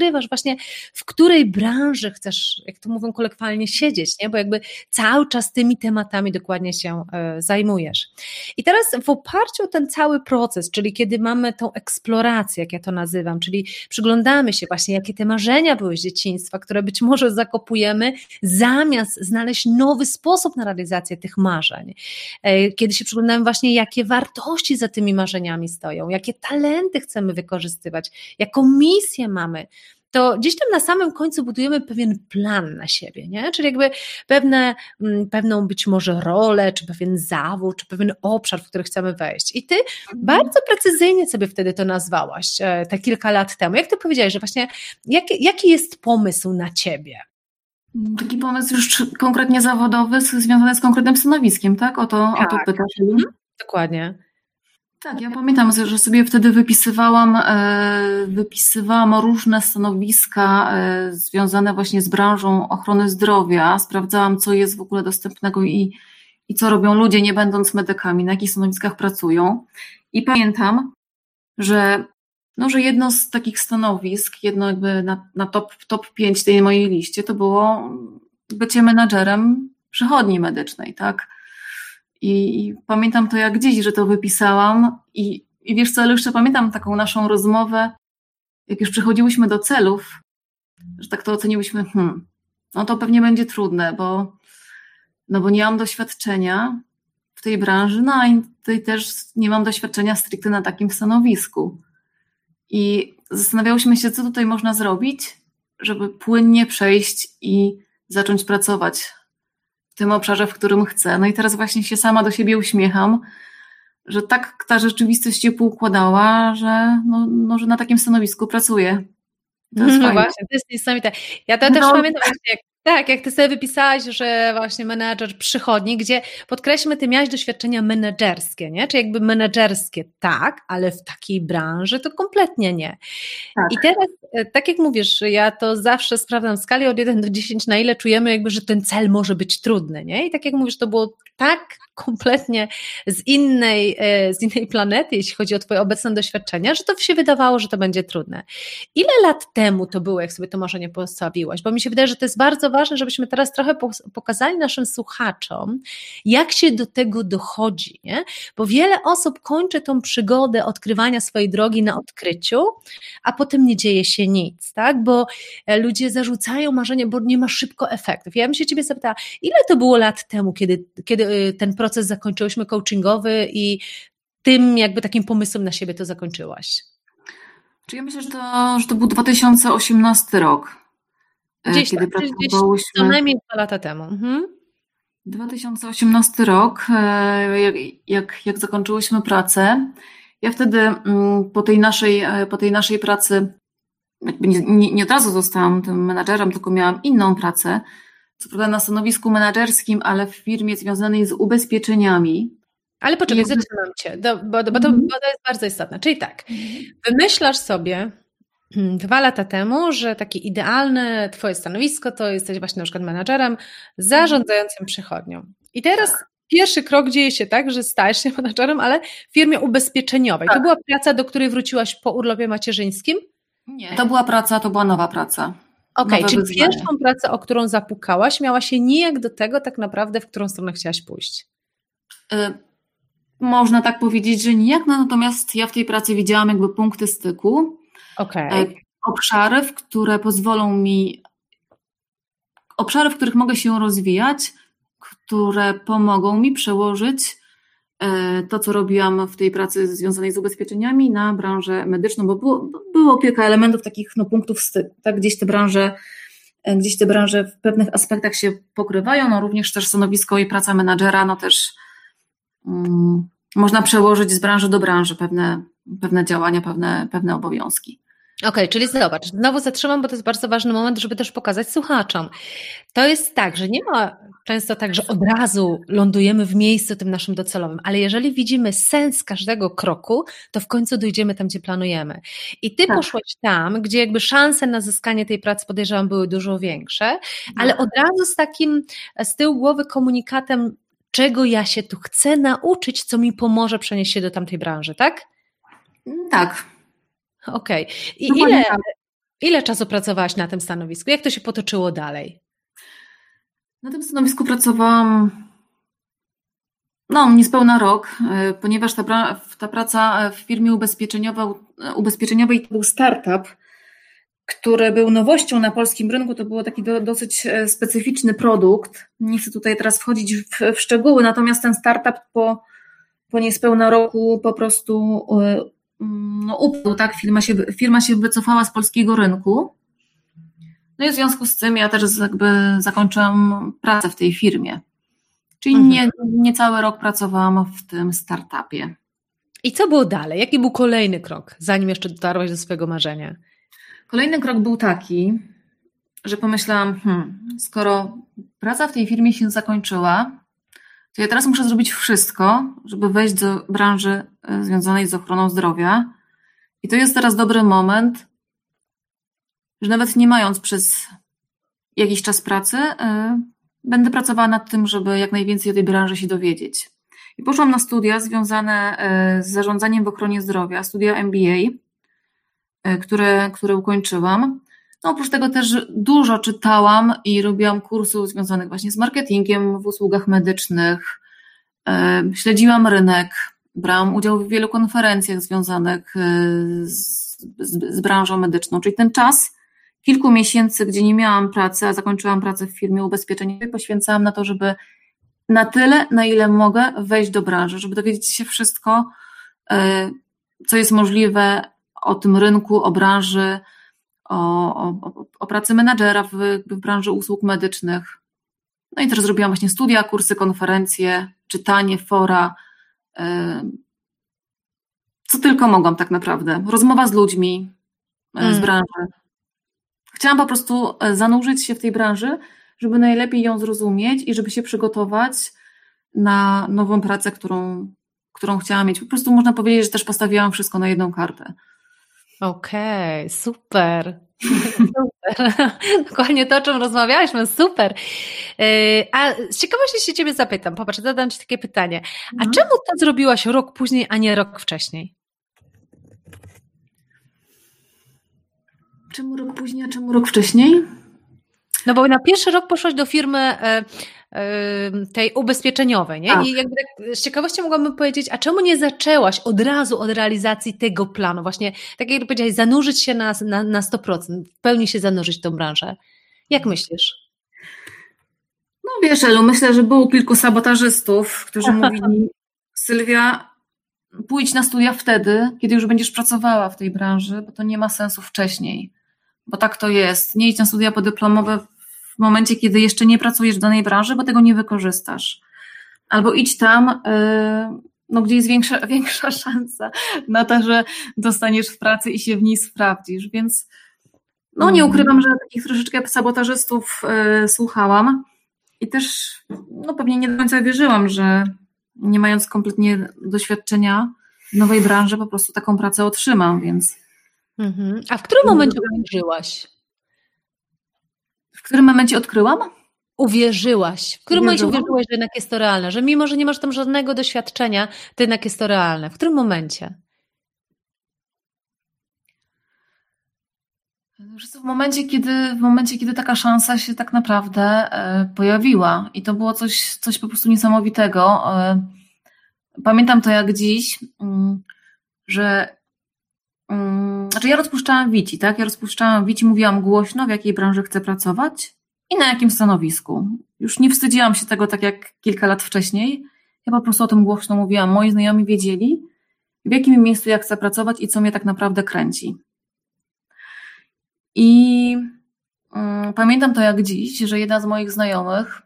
[SPEAKER 1] rozkrywasz właśnie, w której branży chcesz, jak to mówią kolokwialnie, siedzieć, nie? Bo jakby cały czas tymi tematami dokładnie się zajmujesz. I teraz w oparciu o ten cały proces, czyli kiedy mamy tą eksplorację, jak ja to nazywam, czyli przyglądamy się właśnie, jakie te marzenia były z dzieciństwa, które być może zakopujemy, zamiast znaleźć nowy sposób na realizację tych marzeń. Kiedy się przyglądamy właśnie, jakie wartości za tymi marzeniami stoją, jakie talenty chcemy wykorzystywać, jaką misję mamy, to gdzieś tam na samym końcu budujemy pewien plan na siebie, nie? Czyli jakby pewną być może rolę, czy pewien zawód, czy pewien obszar, w który chcemy wejść. I ty bardzo precyzyjnie sobie wtedy to nazwałaś, te kilka lat temu. Jak ty powiedziałaś, że właśnie jaki jest pomysł na ciebie?
[SPEAKER 2] Taki pomysł już konkretnie zawodowy, związany z konkretnym stanowiskiem, tak? O to pytasz.
[SPEAKER 1] Dokładnie.
[SPEAKER 2] Tak, ja pamiętam, że sobie wtedy wypisywałam różne stanowiska związane właśnie z branżą ochrony zdrowia, sprawdzałam, co jest w ogóle dostępnego i co robią ludzie, nie będąc medykami, na jakich stanowiskach pracują. I pamiętam, że jedno z takich stanowisk, jedno jakby na top 5 tej mojej liście, to było bycie menadżerem przychodni medycznej, tak? I pamiętam to jak dziś, że to wypisałam i wiesz co, ale jeszcze pamiętam taką naszą rozmowę, jak już przechodziłyśmy do celów, że tak to oceniłyśmy, no to pewnie będzie trudne, bo nie mam doświadczenia w tej branży, no i tutaj też nie mam doświadczenia stricte na takim stanowisku. I zastanawiałyśmy się, co tutaj można zrobić, żeby płynnie przejść i zacząć pracować w tym obszarze, w którym chcę. No i teraz właśnie się sama do siebie uśmiecham, że tak ta rzeczywistość się poukładała, że że na takim stanowisku pracuję.
[SPEAKER 1] To jest fajne. Właśnie, to jest niesamowite. Ja to też pamiętam właśnie, jak ty sobie wypisałaś, że właśnie menadżer przychodni, gdzie podkreślmy, ty miałaś doświadczenia menedżerskie, nie? Czy jakby menedżerskie tak, ale w takiej branży to kompletnie nie. Tak. I teraz, tak jak mówisz, ja to zawsze sprawdzam w skali od 1 do 10, na ile czujemy jakby, że ten cel może być trudny, nie? I tak jak mówisz, to było tak kompletnie z innej planety, jeśli chodzi o twoje obecne doświadczenia, że to się wydawało, że to będzie trudne. Ile lat temu to było, jak sobie to marzenie postawiłaś? Bo mi się wydaje, że to jest bardzo ważne, żebyśmy teraz trochę pokazali naszym słuchaczom, jak się do tego dochodzi, nie? Bo wiele osób kończy tą przygodę odkrywania swojej drogi na odkryciu, a potem nie dzieje się nic, tak? Bo ludzie zarzucają marzenie, bo nie ma szybko efektów. Ja bym się ciebie zapytała, ile to było lat temu, kiedy ten proces zakończyłyśmy coachingowy i tym jakby takim pomysłem na siebie to zakończyłaś?
[SPEAKER 2] Czyli ja myślę, że to był 2018 rok.
[SPEAKER 1] Gdzieś kiedy pracowałyśmy. Co najmniej 2 lata temu.
[SPEAKER 2] 2018 rok, jak zakończyłyśmy pracę, ja wtedy po tej naszej pracy jakby nie od razu zostałam tym menadżerem, tylko miałam inną pracę, co prawda na stanowisku menadżerskim, ale w firmie związanej z ubezpieczeniami.
[SPEAKER 1] Ale poczekaj, zatrzymam cię, bo to jest bardzo istotne. Czyli tak, wymyślasz sobie 2 lata temu, że takie idealne twoje stanowisko to jesteś właśnie na przykład menadżerem zarządzającym przychodnią. I teraz pierwszy krok dzieje się tak, że stajesz się menadżerem, ale w firmie ubezpieczeniowej. Tak. To była praca, do której wróciłaś po urlopie macierzyńskim?
[SPEAKER 2] Nie, to była nowa praca.
[SPEAKER 1] Okej, czyli pierwszą pracę, o którą zapukałaś, miała się nijak do tego tak naprawdę, w którą stronę chciałaś pójść?
[SPEAKER 2] Można tak powiedzieć, że nijak, natomiast ja w tej pracy widziałam jakby punkty styku. Obszary, w których mogę się rozwijać, które pomogą mi przełożyć to, co robiłam w tej pracy związanej z ubezpieczeniami na branżę medyczną, bo było kilka elementów takich punktów styku, tak? Gdzieś te branże w pewnych aspektach się pokrywają, również też stanowisko i praca menadżera, też można przełożyć z branży do branży pewne działania, pewne obowiązki.
[SPEAKER 1] Okej, czyli zobacz, znowu zatrzymam, bo to jest bardzo ważny moment, żeby też pokazać słuchaczom. To jest tak, że nie ma często tak, że od razu lądujemy w miejscu tym naszym docelowym, ale jeżeli widzimy sens każdego kroku, to w końcu dojdziemy tam, gdzie planujemy. I ty poszłaś tam, gdzie jakby szanse na zyskanie tej pracy, podejrzewam, były dużo większe, ale od razu z tyłu głowy komunikatem, czego ja się tu chcę nauczyć, co mi pomoże przenieść się do tamtej branży, tak?
[SPEAKER 2] Tak.
[SPEAKER 1] Okej. I Ile czasu pracowałaś na tym stanowisku? Jak to się potoczyło dalej?
[SPEAKER 2] Na tym stanowisku pracowałam niespełna rok, ponieważ ta praca w firmie ubezpieczeniowej to był startup, który był nowością na polskim rynku. To był taki dosyć specyficzny produkt. Nie chcę tutaj teraz wchodzić w szczegóły, natomiast ten startup po niespełna roku po prostu upadł, tak? Firma się wycofała z polskiego rynku. No i w związku z tym ja też jakby zakończyłam pracę w tej firmie. Czyli nie cały rok pracowałam w tym startupie.
[SPEAKER 1] I co było dalej? Jaki był kolejny krok, zanim jeszcze dotarłaś do swojego marzenia?
[SPEAKER 2] Kolejny krok był taki, że pomyślałam, skoro praca w tej firmie się zakończyła, to ja teraz muszę zrobić wszystko, żeby wejść do branży związanej z ochroną zdrowia. I to jest teraz dobry moment, że nawet nie mając przez jakiś czas pracy, będę pracowała nad tym, żeby jak najwięcej o tej branży się dowiedzieć. I poszłam na studia związane z zarządzaniem w ochronie zdrowia, studia MBA, które ukończyłam. No oprócz tego też dużo czytałam i robiłam kursów związanych właśnie z marketingiem w usługach medycznych. Śledziłam rynek, brałam udział w wielu konferencjach związanych z branżą medyczną. Czyli ten czas kilku miesięcy, gdzie nie miałam pracy, a zakończyłam pracę w firmie ubezpieczeniowej, poświęcałam na to, żeby na tyle, na ile mogę, wejść do branży, żeby dowiedzieć się wszystko, co jest możliwe o tym rynku, o branży, o pracy menadżera w branży usług medycznych. No i też zrobiłam właśnie studia, kursy, konferencje, czytanie, fora, co tylko mogłam tak naprawdę. Rozmowa z ludźmi z branży. Chciałam po prostu zanurzyć się w tej branży, żeby najlepiej ją zrozumieć i żeby się przygotować na nową pracę, którą chciałam mieć. Po prostu można powiedzieć, że też postawiłam wszystko na jedną kartę.
[SPEAKER 1] Okej, super. Super. Dokładnie to, o czym rozmawialiśmy, super. A z ciekawości się Ciebie zapytam, popatrz, zadam Ci takie pytanie. A czemu to zrobiłaś rok później, a nie rok wcześniej?
[SPEAKER 2] Czemu rok później, a czemu rok wcześniej?
[SPEAKER 1] No bo na pierwszy rok poszłaś do firmy tej ubezpieczeniowej, nie?
[SPEAKER 2] Tak.
[SPEAKER 1] I jakby tak z ciekawości mogłabym powiedzieć, a czemu nie zaczęłaś od razu od realizacji tego planu? Właśnie, tak jak powiedziałaś, zanurzyć się na 100%, w pełni się zanurzyć w tą branżę. Jak myślisz?
[SPEAKER 2] No wiesz, Elu, myślę, że było kilku sabotażystów, którzy mówili, Sylwia, pójdź na studia wtedy, kiedy już będziesz pracowała w tej branży, bo to nie ma sensu wcześniej. Bo tak to jest. Nie idź na studia podyplomowe w momencie, kiedy jeszcze nie pracujesz w danej branży, bo tego nie wykorzystasz. Albo idź tam, gdzie jest większa szansa na to, że dostaniesz w pracy i się w niej sprawdzisz. Więc nie ukrywam, że takich troszeczkę sabotażystów słuchałam i też pewnie nie do końca wierzyłam, że nie mając kompletnie doświadczenia w nowej branży, po prostu taką pracę otrzymam, więc...
[SPEAKER 1] A w którym momencie uwierzyłaś?
[SPEAKER 2] W którym momencie odkryłam?
[SPEAKER 1] Uwierzyłaś. W którym momencie uwierzyłaś, że jednak jest to realne? Że mimo, że nie masz tam żadnego doświadczenia, to jednak jest to realne. W którym momencie?
[SPEAKER 2] W momencie, kiedy taka szansa się tak naprawdę pojawiła. I to było coś po prostu niesamowitego. Pamiętam to jak dziś, że ja rozpuszczałam wici, tak? Ja rozpuszczałam wici, mówiłam głośno, w jakiej branży chcę pracować i na jakim stanowisku. Już nie wstydziłam się tego tak jak kilka lat wcześniej. Ja po prostu o tym głośno mówiłam. Moi znajomi wiedzieli, w jakim miejscu ja chcę pracować i co mnie tak naprawdę kręci. I pamiętam to jak dziś, że jedna z moich znajomych,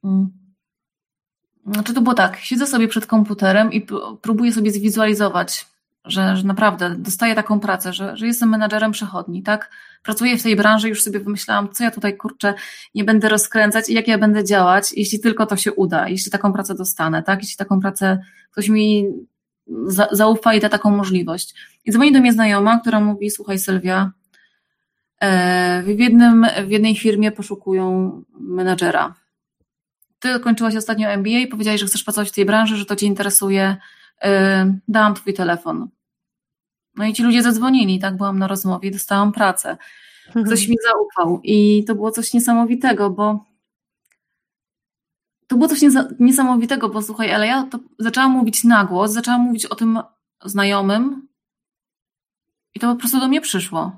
[SPEAKER 2] to było tak, siedzę sobie przed komputerem i próbuję sobie zwizualizować, że naprawdę dostaję taką pracę, że jestem menadżerem przechodni, tak? Pracuję w tej branży, już sobie wymyślałam, co ja tutaj, nie będę rozkręcać i jak ja będę działać, jeśli tylko to się uda, jeśli taką pracę dostanę, tak? Jeśli taką pracę ktoś mi zaufa i da taką możliwość. I dzwoni do mnie znajoma, która mówi, słuchaj Sylwia, w jednej firmie poszukują menadżera. Ty kończyłaś ostatnio MBA i powiedziałaś, że chcesz pracować w tej branży, że to cię interesuje, dałam twój telefon. No i ci ludzie zadzwonili, tak, byłam na rozmowie i dostałam pracę. Ktoś mi zaufał i to było coś niesamowitego, bo słuchaj, ale ja to zaczęłam mówić na głos, zaczęłam mówić o tym znajomym i to po prostu do mnie przyszło.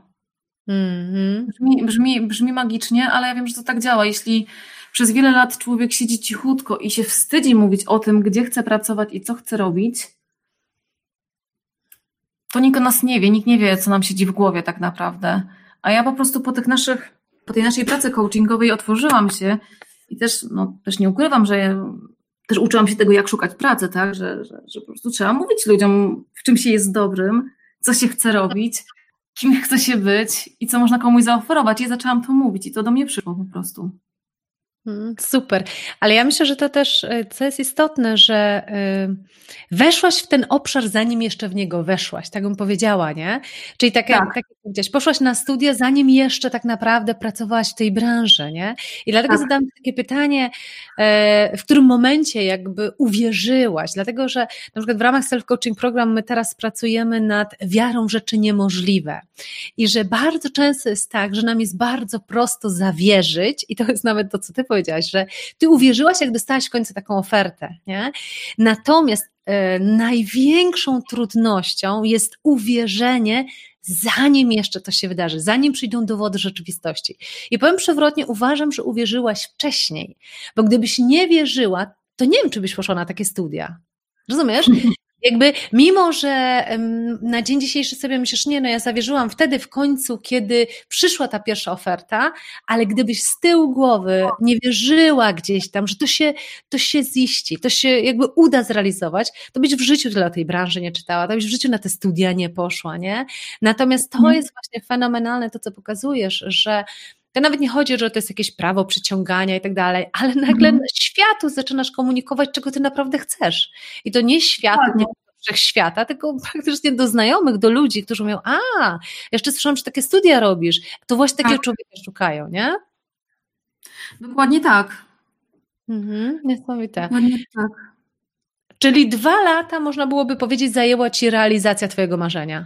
[SPEAKER 2] Brzmi magicznie, ale ja wiem, że to tak działa. Jeśli przez wiele lat człowiek siedzi cichutko i się wstydzi mówić o tym, gdzie chce pracować i co chce robić, to nikt o nas nie wie, nikt nie wie, co nam siedzi w głowie tak naprawdę. A ja po prostu po tej naszej pracy coachingowej otworzyłam się i też nie ukrywam, że też uczyłam się tego, jak szukać pracy, tak? Że po prostu trzeba mówić ludziom, w czym się jest dobrym, co się chce robić, kim chce się być i co można komuś zaoferować. I zaczęłam to mówić i to do mnie przyszło po prostu.
[SPEAKER 1] Super, ale ja myślę, że to też, co jest istotne, że weszłaś w ten obszar, zanim jeszcze w niego weszłaś, tak bym powiedziała, nie? Czyli tak jak powiedziałaś, poszłaś na studia, zanim jeszcze tak naprawdę pracowałaś w tej branży, nie? I dlatego zadałam takie pytanie, w którym momencie jakby uwierzyłaś, dlatego że na przykład w ramach Self-Coaching Program my teraz pracujemy nad wiarą w rzeczy niemożliwe i że bardzo często jest tak, że nam jest bardzo prosto zawierzyć i to jest nawet to, co ty powiedziałaś, że ty uwierzyłaś, jak dostałaś w końcu taką ofertę, nie? Natomiast największą trudnością jest uwierzenie, zanim jeszcze to się wydarzy, zanim przyjdą dowody rzeczywistości. I powiem przewrotnie, uważam, że uwierzyłaś wcześniej, bo gdybyś nie wierzyła, to nie wiem, czy byś poszła na takie studia. Rozumiesz? Jakby mimo, że na dzień dzisiejszy sobie myślisz, ja zawierzyłam wtedy w końcu, kiedy przyszła ta pierwsza oferta, ale gdybyś z tyłu głowy nie wierzyła gdzieś tam, że to się ziści, to się jakby uda zrealizować, to byś w życiu tyle o tej branży nie czytała, to byś w życiu na te studia nie poszła, nie? Natomiast to jest właśnie fenomenalne to, co pokazujesz, że to nawet nie chodzi, że to jest jakieś prawo przyciągania i tak dalej, ale nagle światu zaczynasz komunikować, czego ty naprawdę chcesz. I to nie światu, nie wszechświata, tylko praktycznie do znajomych, do ludzi, którzy mówią, jeszcze słyszałam, że takie studia robisz, to właśnie takiego człowieka szukają, nie?
[SPEAKER 2] Dokładnie tak.
[SPEAKER 1] Niesamowite.
[SPEAKER 2] Dokładnie tak.
[SPEAKER 1] Czyli 2 lata, można byłoby powiedzieć, zajęła ci realizacja twojego marzenia?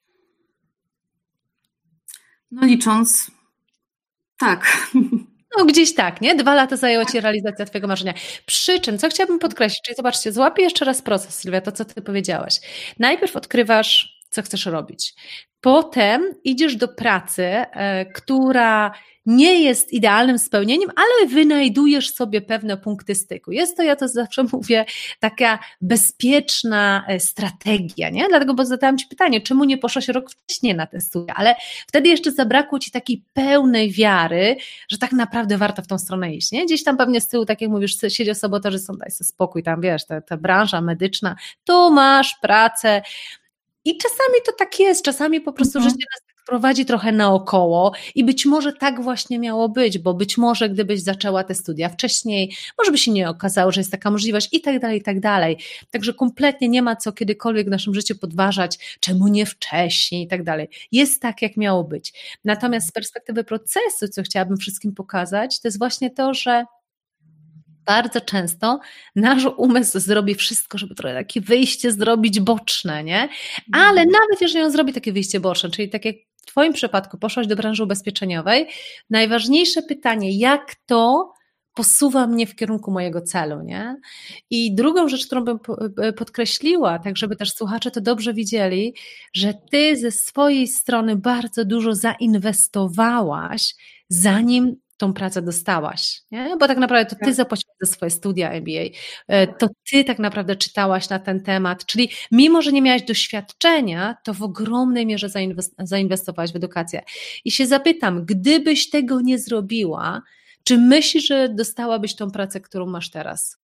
[SPEAKER 2] No licząc, tak.
[SPEAKER 1] No gdzieś tak, nie? 2 lata zajęła ci realizacja twojego marzenia. Przy czym, co chciałabym podkreślić, czyli zobaczcie, złapię jeszcze raz proces, Sylwia, to co ty powiedziałaś. Najpierw odkrywasz, co chcesz robić. Potem idziesz do pracy, która nie jest idealnym spełnieniem, ale wynajdujesz sobie pewne punkty styku. Jest to, ja to zawsze mówię, taka bezpieczna strategia, nie? Dlatego, bo zadałam ci pytanie, czemu nie poszłaś rok wcześniej na te studia, ale wtedy jeszcze zabrakło ci takiej pełnej wiary, że tak naprawdę warto w tą stronę iść, nie? Gdzieś tam pewnie z tyłu, tak jak mówisz, siedzi sabotaży, daj sobie spokój, tam wiesz, ta branża medyczna, tu masz pracę. I czasami to tak jest, czasami po prostu życie nas tak prowadzi trochę naokoło i być może tak właśnie miało być, bo być może gdybyś zaczęła te studia wcześniej, może by się nie okazało, że jest taka możliwość i tak dalej, i tak dalej. Także kompletnie nie ma co kiedykolwiek w naszym życiu podważać, czemu nie wcześniej i tak dalej. Jest tak, jak miało być. Natomiast z perspektywy procesu, co chciałabym wszystkim pokazać, to jest właśnie to, że bardzo często nasz umysł zrobi wszystko, żeby trochę takie wyjście zrobić boczne, nie? Ale nawet jeżeli on zrobi takie wyjście boczne, czyli tak jak w twoim przypadku poszłaś do branży ubezpieczeniowej, najważniejsze pytanie, jak to posuwa mnie w kierunku mojego celu, nie? I drugą rzecz, którą bym podkreśliła, tak żeby też słuchacze to dobrze widzieli, że ty ze swojej strony bardzo dużo zainwestowałaś, zanim tą pracę dostałaś, nie? Bo tak naprawdę to ty zapłaciłaś za swoje studia MBA, to ty tak naprawdę czytałaś na ten temat, czyli mimo, że nie miałaś doświadczenia, to w ogromnej mierze zainwestowałaś w edukację. I się zapytam, gdybyś tego nie zrobiła, czy myślisz, że dostałabyś tą pracę, którą masz teraz?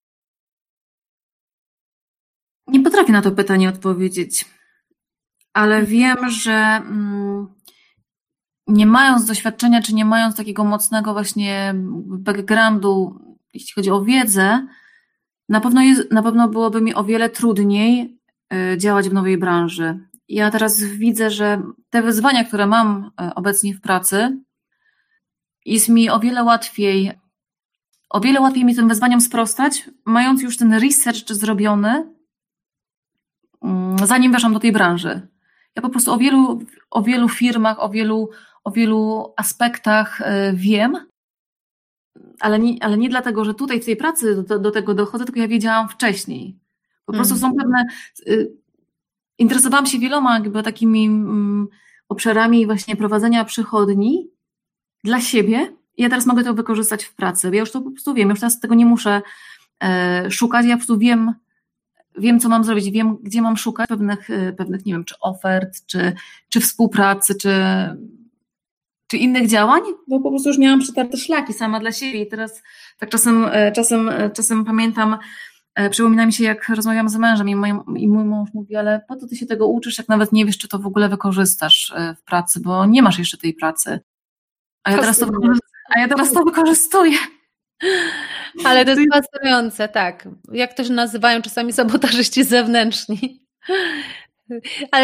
[SPEAKER 2] Nie potrafię na to pytanie odpowiedzieć, ale wiem, że nie mając doświadczenia, czy nie mając takiego mocnego właśnie backgroundu, jeśli chodzi o wiedzę, na pewno byłoby mi o wiele trudniej działać w nowej branży. Ja teraz widzę, że te wyzwania, które mam obecnie w pracy, jest mi o wiele łatwiej mi tym wyzwaniom sprostać, mając już ten research zrobiony, zanim weszłam do tej branży. Ja po prostu o wielu firmach, o wielu aspektach wiem, ale nie dlatego, że tutaj w tej pracy do tego dochodzę, tylko ja wiedziałam wcześniej. Po prostu są pewne... Interesowałam się wieloma jakby takimi obszarami właśnie prowadzenia przychodni dla siebie i ja teraz mogę to wykorzystać w pracy. Ja już to po prostu wiem, już teraz tego nie muszę szukać, ja po prostu wiem, co mam zrobić, wiem, gdzie mam szukać pewnych nie wiem, czy ofert, czy współpracy, czy innych działań, bo po prostu już miałam przetarte szlaki sama dla siebie i teraz tak czasem pamiętam, przypomina mi się, jak rozmawiam z mężem i mój mąż mówi, ale po co ty się tego uczysz, jak nawet nie wiesz, czy to w ogóle wykorzystasz w pracy, bo nie masz jeszcze tej pracy. A ja teraz to wykorzystuję.
[SPEAKER 1] Ale to jest fascynujące, tak. Jak to się nazywają czasami sabotażyści zewnętrzni. Ale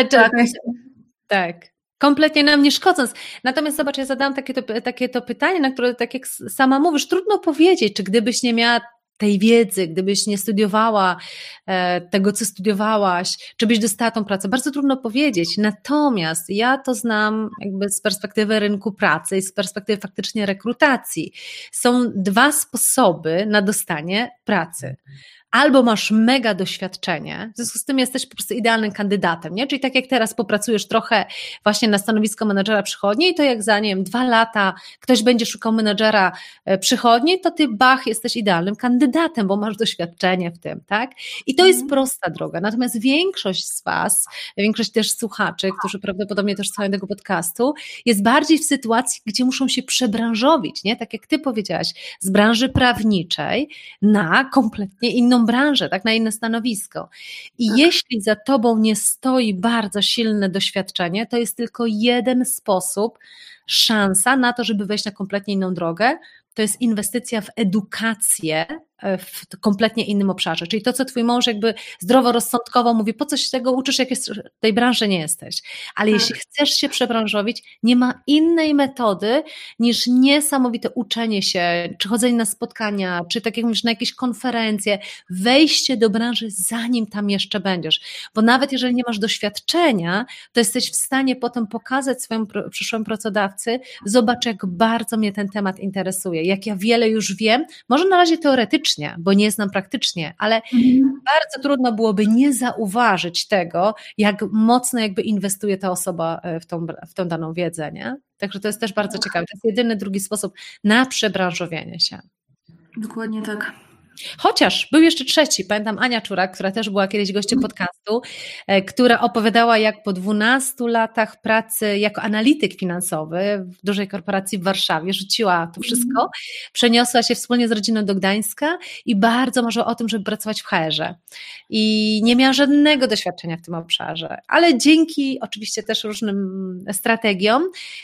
[SPEAKER 1] tak. Kompletnie nam nie szkodząc. Natomiast zobacz, ja zadałam takie to pytanie, na które, tak jak sama mówisz, trudno powiedzieć, czy gdybyś nie miała tej wiedzy, gdybyś nie studiowała tego, co studiowałaś, czy byś dostała tą pracę, bardzo trudno powiedzieć. Natomiast ja to znam jakby z perspektywy rynku pracy i z perspektywy faktycznie rekrutacji. Są dwa sposoby na dostanie pracy. Albo masz mega doświadczenie, w związku z tym jesteś po prostu idealnym kandydatem, nie? Czyli tak jak teraz popracujesz trochę właśnie na stanowisko menedżera przychodni, to jak za, nie wiem, 2 lata ktoś będzie szukał menedżera przychodni, to ty jesteś idealnym kandydatem, bo masz doświadczenie w tym, tak? I to jest prosta droga. Natomiast większość z was, większość też słuchaczy, którzy prawdopodobnie też słuchają tego podcastu, jest bardziej w sytuacji, gdzie muszą się przebranżowić, nie? Tak jak ty powiedziałaś, z branży prawniczej na kompletnie inną branżę, tak, na inne stanowisko. I jeśli za tobą nie stoi bardzo silne doświadczenie, to jest tylko jeden sposób, szansa na to, żeby wejść na kompletnie inną drogę, to jest inwestycja w edukację w kompletnie innym obszarze. Czyli to, co twój mąż jakby zdroworozsądkowo mówi, po co się tego uczysz, jak w tej branży nie jesteś. Ale jeśli chcesz się przebranżowić, nie ma innej metody niż niesamowite uczenie się, czy chodzenie na spotkania, czy tak jak mówisz, na jakieś konferencje, wejście do branży, zanim tam jeszcze będziesz. Bo nawet jeżeli nie masz doświadczenia, to jesteś w stanie potem pokazać swojemu przyszłemu pracodawcy, zobacz, jak bardzo mnie ten temat interesuje, jak ja wiele już wiem, może na razie teoretycznie, bo nie znam praktycznie, ale bardzo trudno byłoby nie zauważyć tego, jak mocno jakby inwestuje ta osoba w tą daną wiedzę, nie? Także to jest też bardzo ciekawe. To jest jedyny drugi sposób na przebranżowienie się.
[SPEAKER 2] Dokładnie tak.
[SPEAKER 1] Chociaż był jeszcze trzeci, pamiętam Ania Czurak, która też była kiedyś gościem podcastu, która opowiadała, jak po 12 latach pracy jako analityk finansowy w dużej korporacji w Warszawie rzuciła to wszystko, przeniosła się wspólnie z rodziną do Gdańska i bardzo marzyła o tym, żeby pracować w HR-ze. I nie miała żadnego doświadczenia w tym obszarze, ale dzięki oczywiście też różnym strategiom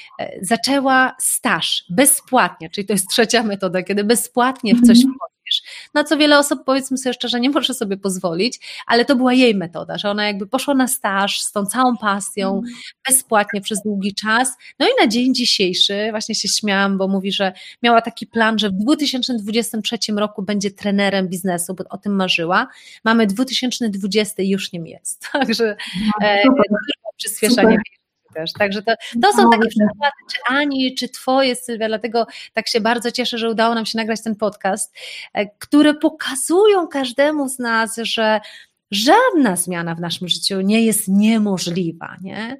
[SPEAKER 1] zaczęła staż bezpłatnie, czyli to jest trzecia metoda, kiedy bezpłatnie w coś wchodzisz, na co wiele osób, powiedzmy sobie szczerze, nie może sobie pozwolić, ale to była jej metoda, że ona jakby poszła na staż z tą całą pasją, bezpłatnie przez długi czas, no i na dzień dzisiejszy, właśnie się śmiałam, bo mówi, że miała taki plan, że w 2023 roku będzie trenerem biznesu, bo o tym marzyła, mamy 2020 i już nim jest, także przyspieszanie też. Także to są takie przykłady, czy Ani, czy twoje, Sylwia, dlatego tak się bardzo cieszę, że udało nam się nagrać ten podcast, które pokazują każdemu z nas, że żadna zmiana w naszym życiu nie jest niemożliwa, nie?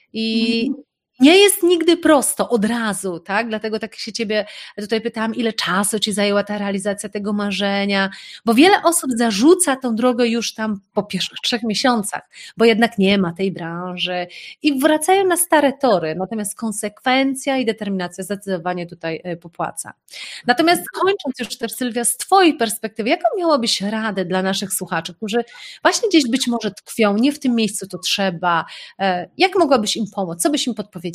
[SPEAKER 1] I nie jest nigdy prosto, od razu, tak? Dlatego tak się ciebie tutaj pytałam, ile czasu ci zajęła ta realizacja tego marzenia, bo wiele osób zarzuca tą drogę już tam po pierwszych 3 miesiącach, bo jednak nie ma tej branży i wracają na stare tory, natomiast konsekwencja i determinacja zdecydowanie tutaj popłaca. Natomiast kończąc już też, Sylwia, z twojej perspektywy, jaką miałabyś radę dla naszych słuchaczy, którzy właśnie gdzieś być może tkwią, nie w tym miejscu to trzeba, jak mogłabyś im pomóc, co byś im podpowiedziała?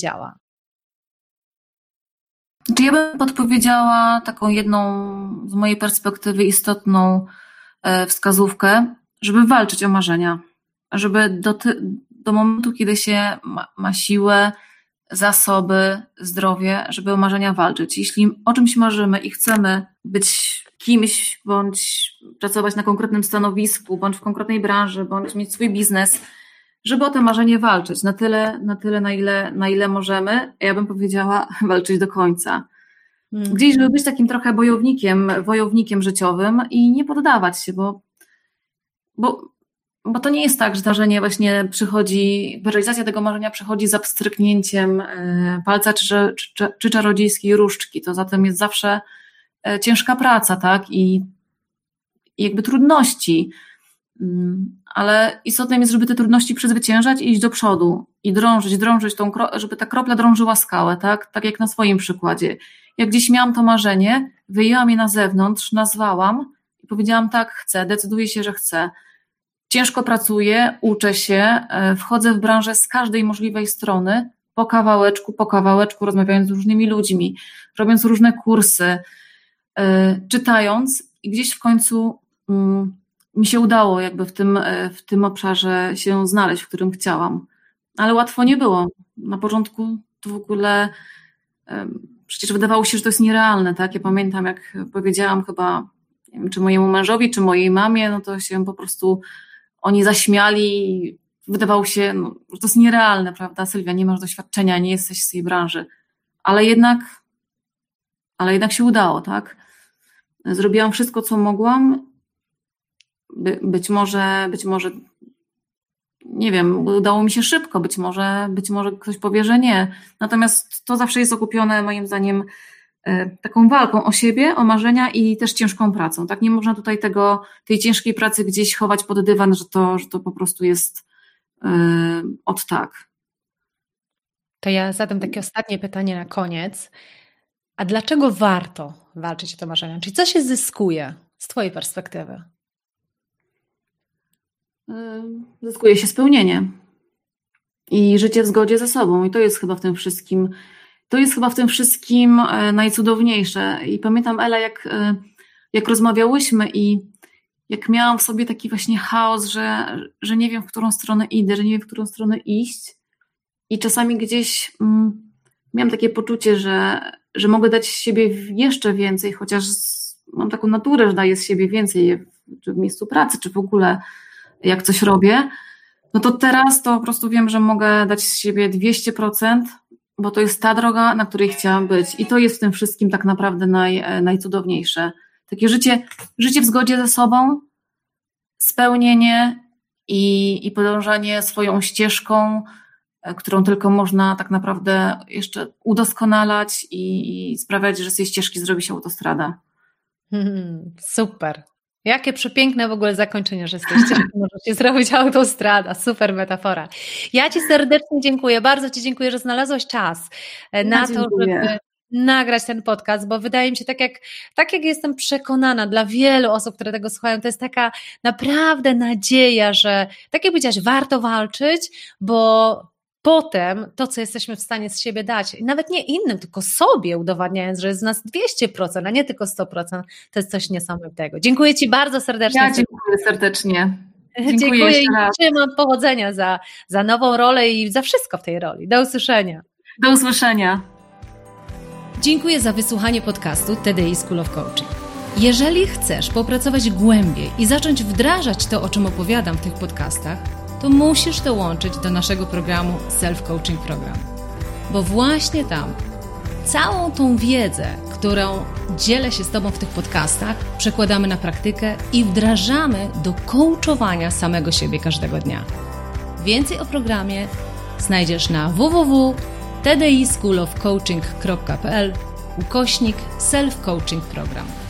[SPEAKER 2] Czy ja bym podpowiedziała taką jedną z mojej perspektywy istotną wskazówkę, żeby walczyć o marzenia, żeby do momentu, kiedy się ma siłę, zasoby, zdrowie, żeby o marzenia walczyć. Jeśli o czymś marzymy i chcemy być kimś, bądź pracować na konkretnym stanowisku, bądź w konkretnej branży, bądź mieć swój biznes, żeby o to marzenie walczyć na tyle, na ile możemy. Ja bym powiedziała, walczyć do końca. Gdzieś, żeby być takim trochę wojownikiem życiowym i nie poddawać się, bo to nie jest tak, że marzenie właśnie przychodzi, realizacja tego marzenia przychodzi za pstryknięciem palca czy czarodziejskiej różdżki. To zatem jest zawsze ciężka praca, tak? I jakby trudności. Ale istotne jest, żeby te trudności przezwyciężać i iść do przodu i drążyć żeby ta kropla drążyła skałę, tak? Tak jak na swoim przykładzie. Jak gdzieś miałam to marzenie, wyjęłam je na zewnątrz, nazwałam i powiedziałam tak, chcę, decyduję się, że chcę. Ciężko pracuję, uczę się, wchodzę w branżę z każdej możliwej strony, po kawałeczku, rozmawiając z różnymi ludźmi, robiąc różne kursy, czytając i gdzieś w końcu mi się udało jakby w tym obszarze się znaleźć, w którym chciałam. Ale łatwo nie było. Na początku to w ogóle przecież wydawało się, że to jest nierealne, tak? Ja pamiętam, jak powiedziałam chyba, nie wiem, czy mojemu mężowi, czy mojej mamie, no to się po prostu oni zaśmiali. Wydawało się, że to jest nierealne, prawda? Sylwia, nie masz doświadczenia, nie jesteś z tej branży. Ale jednak się udało, tak? Zrobiłam wszystko, co mogłam. Być może, nie wiem, udało mi się szybko, być może ktoś powie, że nie. Natomiast to zawsze jest okupione, moim zdaniem, taką walką o siebie, o marzenia i też ciężką pracą. Tak? Nie można tutaj tej ciężkiej pracy gdzieś chować pod dywan, że to po prostu jest od tak.
[SPEAKER 1] To ja zadam takie ostatnie pytanie na koniec. A dlaczego warto walczyć o to marzenie? Czyli co się zyskuje z twojej perspektywy?
[SPEAKER 2] Zyskuje się spełnienie i życie w zgodzie ze sobą i to jest chyba w tym wszystkim najcudowniejsze. I pamiętam, Ela, jak rozmawiałyśmy i jak miałam w sobie taki właśnie chaos, że nie wiem, w którą stronę idę, że nie wiem, w którą stronę iść i czasami gdzieś miałam takie poczucie, że mogę dać z siebie jeszcze więcej, chociaż mam taką naturę, że daję z siebie więcej, czy w miejscu pracy, czy w ogóle jak coś robię, no to teraz to po prostu wiem, że mogę dać z siebie 200%, bo to jest ta droga, na której chciałam być i to jest w tym wszystkim tak naprawdę najcudowniejsze. Takie życie w zgodzie ze sobą, spełnienie i podążanie swoją ścieżką, którą tylko można tak naprawdę jeszcze udoskonalać i sprawiać, że z tej ścieżki zrobi się autostrada.
[SPEAKER 1] Super. Jakie przepiękne w ogóle zakończenie, że z tej ścieżki może się zrobić autostrada. Super metafora. Ja Ci serdecznie dziękuję. Bardzo Ci dziękuję, że znalazłaś czas na to, żeby nagrać ten podcast, bo wydaje mi się, tak jak jestem przekonana dla wielu osób, które tego słuchają, to jest taka naprawdę nadzieja, że tak jak powiedziałaś, warto walczyć, bo potem to, co jesteśmy w stanie z siebie dać, nawet nie innym, tylko sobie udowadniając, że jest z nas 200%, a nie tylko 100%, to jest coś niesamowitego. Dziękuję Ci bardzo serdecznie.
[SPEAKER 2] Ja dziękuję serdecznie.
[SPEAKER 1] Dziękuję i trzymam powodzenia za nową rolę i za wszystko w tej roli. Do usłyszenia.
[SPEAKER 2] Do usłyszenia.
[SPEAKER 1] Dziękuję za wysłuchanie podcastu TDI School of Coaching. Jeżeli chcesz popracować głębiej i zacząć wdrażać to, o czym opowiadam w tych podcastach, to musisz dołączyć do naszego programu Self-Coaching Program. Bo właśnie tam całą tą wiedzę, którą dzielę się z Tobą w tych podcastach, przekładamy na praktykę i wdrażamy do coachowania samego siebie każdego dnia. Więcej o programie znajdziesz na www.tdischoolofcoaching.pl/self-coaching program.